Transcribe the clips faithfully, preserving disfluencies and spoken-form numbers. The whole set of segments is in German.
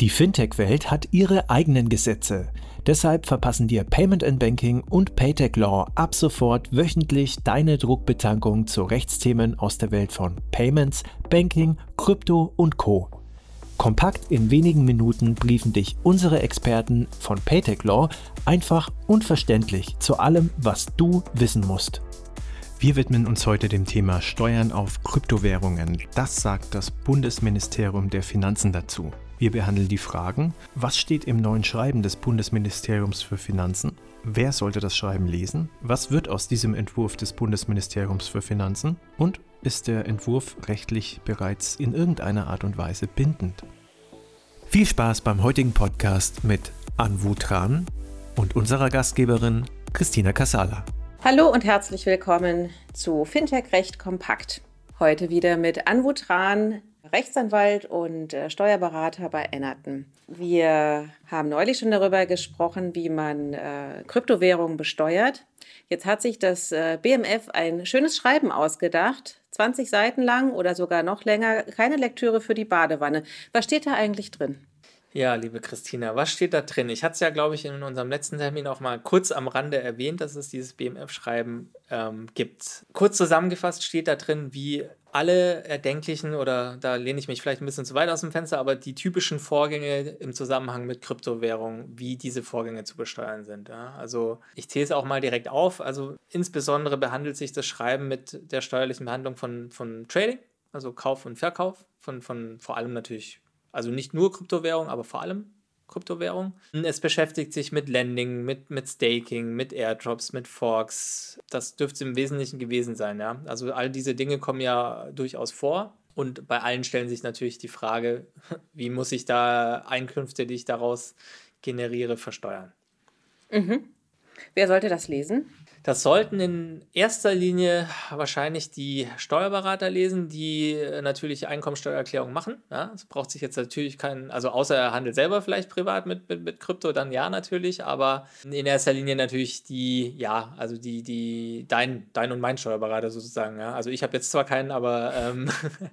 Die Fintech-Welt hat ihre eigenen Gesetze. Deshalb verpassen dir Payment and Banking und Paytech Law ab sofort wöchentlich deine Druckbetankung zu Rechtsthemen aus der Welt von Payments, Banking, Krypto und Co. Kompakt in wenigen Minuten briefen dich unsere Experten von Paytech Law einfach und verständlich zu allem, was du wissen musst. Wir widmen uns heute dem Thema Steuern auf Kryptowährungen. Das sagt das Bundesministerium der Finanzen dazu. Wir behandeln die Fragen: Was steht im neuen Schreiben des Bundesministeriums für Finanzen? Wer sollte das Schreiben lesen? Was wird aus diesem Entwurf des Bundesministeriums für Finanzen? Und ist der Entwurf rechtlich bereits in irgendeiner Art und Weise bindend? Viel Spaß beim heutigen Podcast mit Anwu Tran und unserer Gastgeberin Christina Casala. Hallo und herzlich willkommen zu Fintech Recht Kompakt. Heute wieder mit Anwu Tran, Rechtsanwalt und äh, Steuerberater bei Ennerton. Wir haben neulich schon darüber gesprochen, wie man äh, Kryptowährungen besteuert. Jetzt hat sich das äh, B M F ein schönes Schreiben ausgedacht, zwanzig Seiten lang oder sogar noch länger, keine Lektüre für die Badewanne. Was steht da eigentlich drin? Ja, liebe Christina, was steht da drin? Ich hatte es ja, glaube ich, in unserem letzten Termin auch mal kurz am Rande erwähnt, dass es dieses B M F-Schreiben ähm, gibt. Kurz zusammengefasst steht da drin, wie alle erdenklichen, oder da lehne ich mich vielleicht ein bisschen zu weit aus dem Fenster, aber die typischen Vorgänge im Zusammenhang mit Kryptowährungen, wie diese Vorgänge zu besteuern sind. Ja? Also ich zähle es auch mal direkt auf. Also insbesondere behandelt sich das Schreiben mit der steuerlichen Behandlung von, von Trading, also Kauf und Verkauf, von, von vor allem natürlich, also nicht nur Kryptowährung, aber vor allem Kryptowährung. Es beschäftigt sich mit Lending, mit, mit Staking, mit Airdrops, mit Forks. Das dürfte es im Wesentlichen gewesen sein. Ja? Also all diese Dinge kommen ja durchaus vor. Und bei allen stellen sich natürlich die Frage, wie muss ich da Einkünfte, die ich daraus generiere, versteuern? Mhm. Wer sollte das lesen? Das sollten in erster Linie wahrscheinlich die Steuerberater lesen, die natürlich Einkommensteuererklärung machen. Ja, es braucht sich jetzt natürlich keinen, also außer er handelt selber vielleicht privat mit, mit, mit Krypto, dann ja natürlich, aber in erster Linie natürlich die, ja, also die, die, dein, dein und mein Steuerberater sozusagen. Ja. Also ich habe jetzt zwar keinen, aber ähm,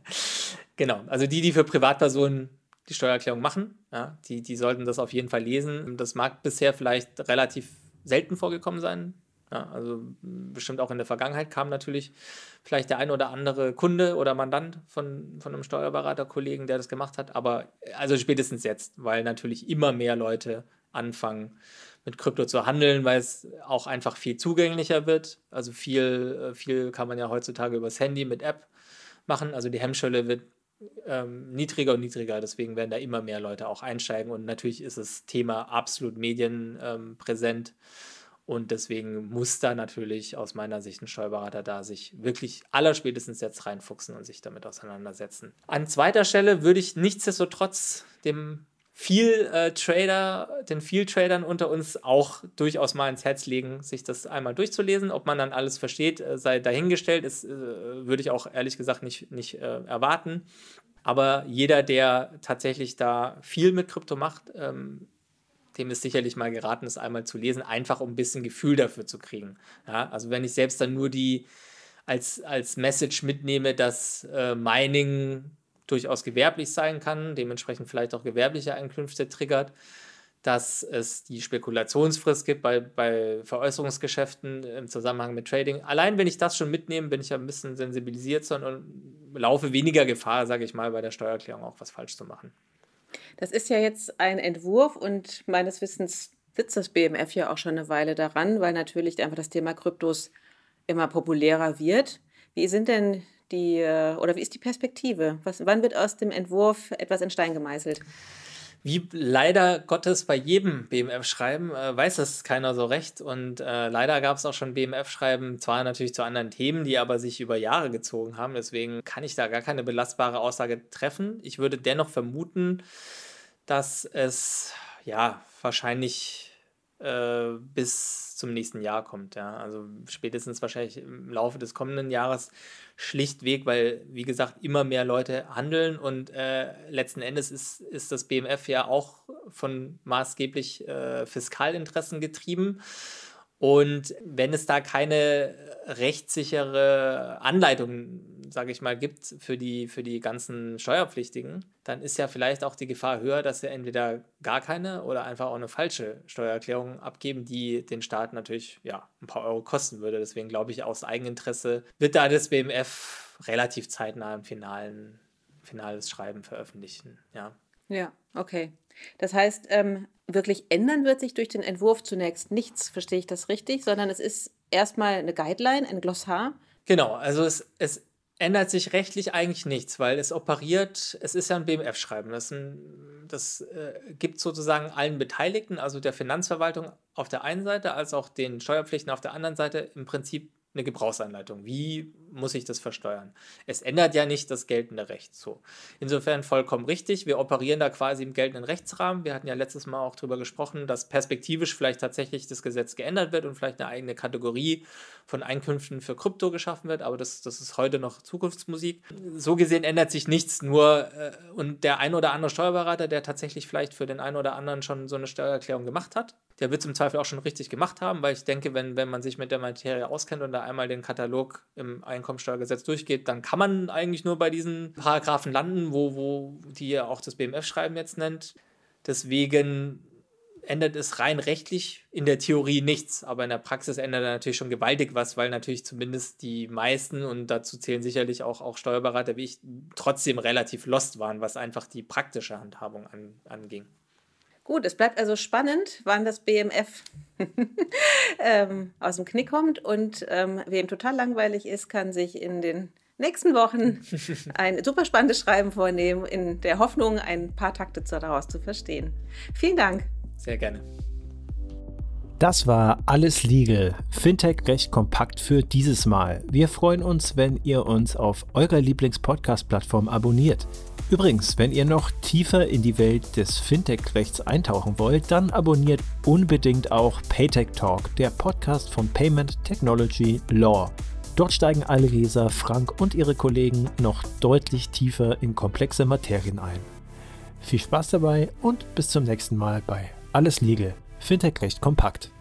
genau, also die, die für Privatpersonen die Steuererklärung machen, ja, die, die sollten das auf jeden Fall lesen. Das mag bisher vielleicht relativ selten vorgekommen sein. Ja, also bestimmt auch in der Vergangenheit kam natürlich vielleicht der ein oder andere Kunde oder Mandant von, von einem Steuerberaterkollegen, der das gemacht hat, aber also spätestens jetzt, weil natürlich immer mehr Leute anfangen mit Krypto zu handeln, weil es auch einfach viel zugänglicher wird. Also viel, viel kann man ja heutzutage übers Handy mit App machen, also die Hemmschwelle wird ähm, niedriger und niedriger, deswegen werden da immer mehr Leute auch einsteigen und natürlich ist das Thema absolut medienpräsent. Und deswegen muss da natürlich aus meiner Sicht ein Steuerberater da sich wirklich allerspätestens jetzt reinfuchsen und sich damit auseinandersetzen. An zweiter Stelle würde ich nichtsdestotrotz dem viel äh, Trader, den viel Tradern unter uns auch durchaus mal ins Herz legen, sich das einmal durchzulesen. Ob man dann alles versteht, äh, sei dahingestellt, ist, äh, würde ich auch ehrlich gesagt nicht, nicht äh, erwarten. Aber jeder, der tatsächlich da viel mit Krypto macht, ähm, dem ist sicherlich mal geraten, es einmal zu lesen, einfach um ein bisschen Gefühl dafür zu kriegen. Ja, also wenn ich selbst dann nur die als, als Message mitnehme, dass äh, Mining durchaus gewerblich sein kann, dementsprechend vielleicht auch gewerbliche Einkünfte triggert, dass es die Spekulationsfrist gibt bei, bei Veräußerungsgeschäften im Zusammenhang mit Trading. Allein wenn ich das schon mitnehme, bin ich ja ein bisschen sensibilisiert, sondern laufe weniger Gefahr, sage ich mal, bei der Steuererklärung auch was falsch zu machen. Das ist ja jetzt ein Entwurf und meines Wissens sitzt das B M F ja auch schon eine Weile daran, weil natürlich einfach das Thema Kryptos immer populärer wird. Wie sind denn die, oder wie ist die Perspektive? Was, wann wird aus dem Entwurf etwas in Stein gemeißelt? Wie leider Gottes bei jedem B M F-Schreiben äh, weiß das keiner so recht und äh, leider gab es auch schon B M F-Schreiben, zwar natürlich zu anderen Themen, die aber sich über Jahre gezogen haben, deswegen kann ich da gar keine belastbare Aussage treffen. Ich würde dennoch vermuten, dass es ja wahrscheinlich äh, bis zum nächsten Jahr kommt. Ja. Also spätestens wahrscheinlich im Laufe des kommenden Jahres schlichtweg, weil, wie gesagt, immer mehr Leute handeln und äh, letzten Endes ist, ist das B M F ja auch von maßgeblich äh, Fiskalinteressen getrieben. Und wenn es da keine rechtssichere Anleitung sage ich mal, gibt für die, für die ganzen Steuerpflichtigen, dann ist ja vielleicht auch die Gefahr höher, dass sie entweder gar keine oder einfach auch eine falsche Steuererklärung abgeben, die den Staat natürlich ja, ein paar Euro kosten würde. Deswegen glaube ich, aus Eigeninteresse wird da das B M F relativ zeitnah im finalen, finales Schreiben veröffentlichen. Ja, ja, okay. Das heißt, ähm, wirklich ändern wird sich durch den Entwurf zunächst nichts, verstehe ich das richtig, sondern es ist erstmal eine Guideline, ein Glossar. Genau, also es, es ändert sich rechtlich eigentlich nichts, weil es operiert, es ist ja ein B M F-Schreiben. Das, ein, das äh, gibt sozusagen allen Beteiligten, also der Finanzverwaltung auf der einen Seite, als auch den Steuerpflichtigen auf der anderen Seite im Prinzip eine Gebrauchsanleitung. Wie muss ich das versteuern? Es ändert ja nicht das geltende Recht. So. Insofern vollkommen richtig. Wir operieren da quasi im geltenden Rechtsrahmen. Wir hatten ja letztes Mal auch darüber gesprochen, dass perspektivisch vielleicht tatsächlich das Gesetz geändert wird und vielleicht eine eigene Kategorie von Einkünften für Krypto geschaffen wird. Aber das, das ist heute noch Zukunftsmusik. So gesehen ändert sich nichts. Nur äh, und der ein oder andere Steuerberater, der tatsächlich vielleicht für den einen oder anderen schon so eine Steuererklärung gemacht hat, der wird es im Zweifel auch schon richtig gemacht haben, weil ich denke, wenn, wenn man sich mit der Materie auskennt und da einmal den Katalog im Einkommensteuergesetz durchgeht, dann kann man eigentlich nur bei diesen Paragraphen landen, wo, wo die ja auch das B M F-Schreiben jetzt nennt. Deswegen ändert es rein rechtlich in der Theorie nichts, aber in der Praxis ändert er natürlich schon gewaltig was, weil natürlich zumindest die meisten, und dazu zählen sicherlich auch, auch Steuerberater wie ich, trotzdem relativ lost waren, was einfach die praktische Handhabung an, anging. Gut, es bleibt also spannend, wann das B M F ähm, aus dem Knick kommt. Und ähm, wem total langweilig ist, kann sich in den nächsten Wochen ein super spannendes Schreiben vornehmen, in der Hoffnung, ein paar Takte daraus zu verstehen. Vielen Dank. Sehr gerne. Das war Alles Legal, Fintech recht kompakt für dieses Mal. Wir freuen uns, wenn ihr uns auf eurer Lieblings-Podcast-Plattform abonniert. Übrigens, wenn ihr noch tiefer in die Welt des Fintech-Rechts eintauchen wollt, dann abonniert unbedingt auch Paytech Talk, der Podcast von Payment Technology Law. Dort steigen Alreza, Frank und ihre Kollegen noch deutlich tiefer in komplexe Materien ein. Viel Spaß dabei und bis zum nächsten Mal bei Alles Legal, Fintech recht kompakt.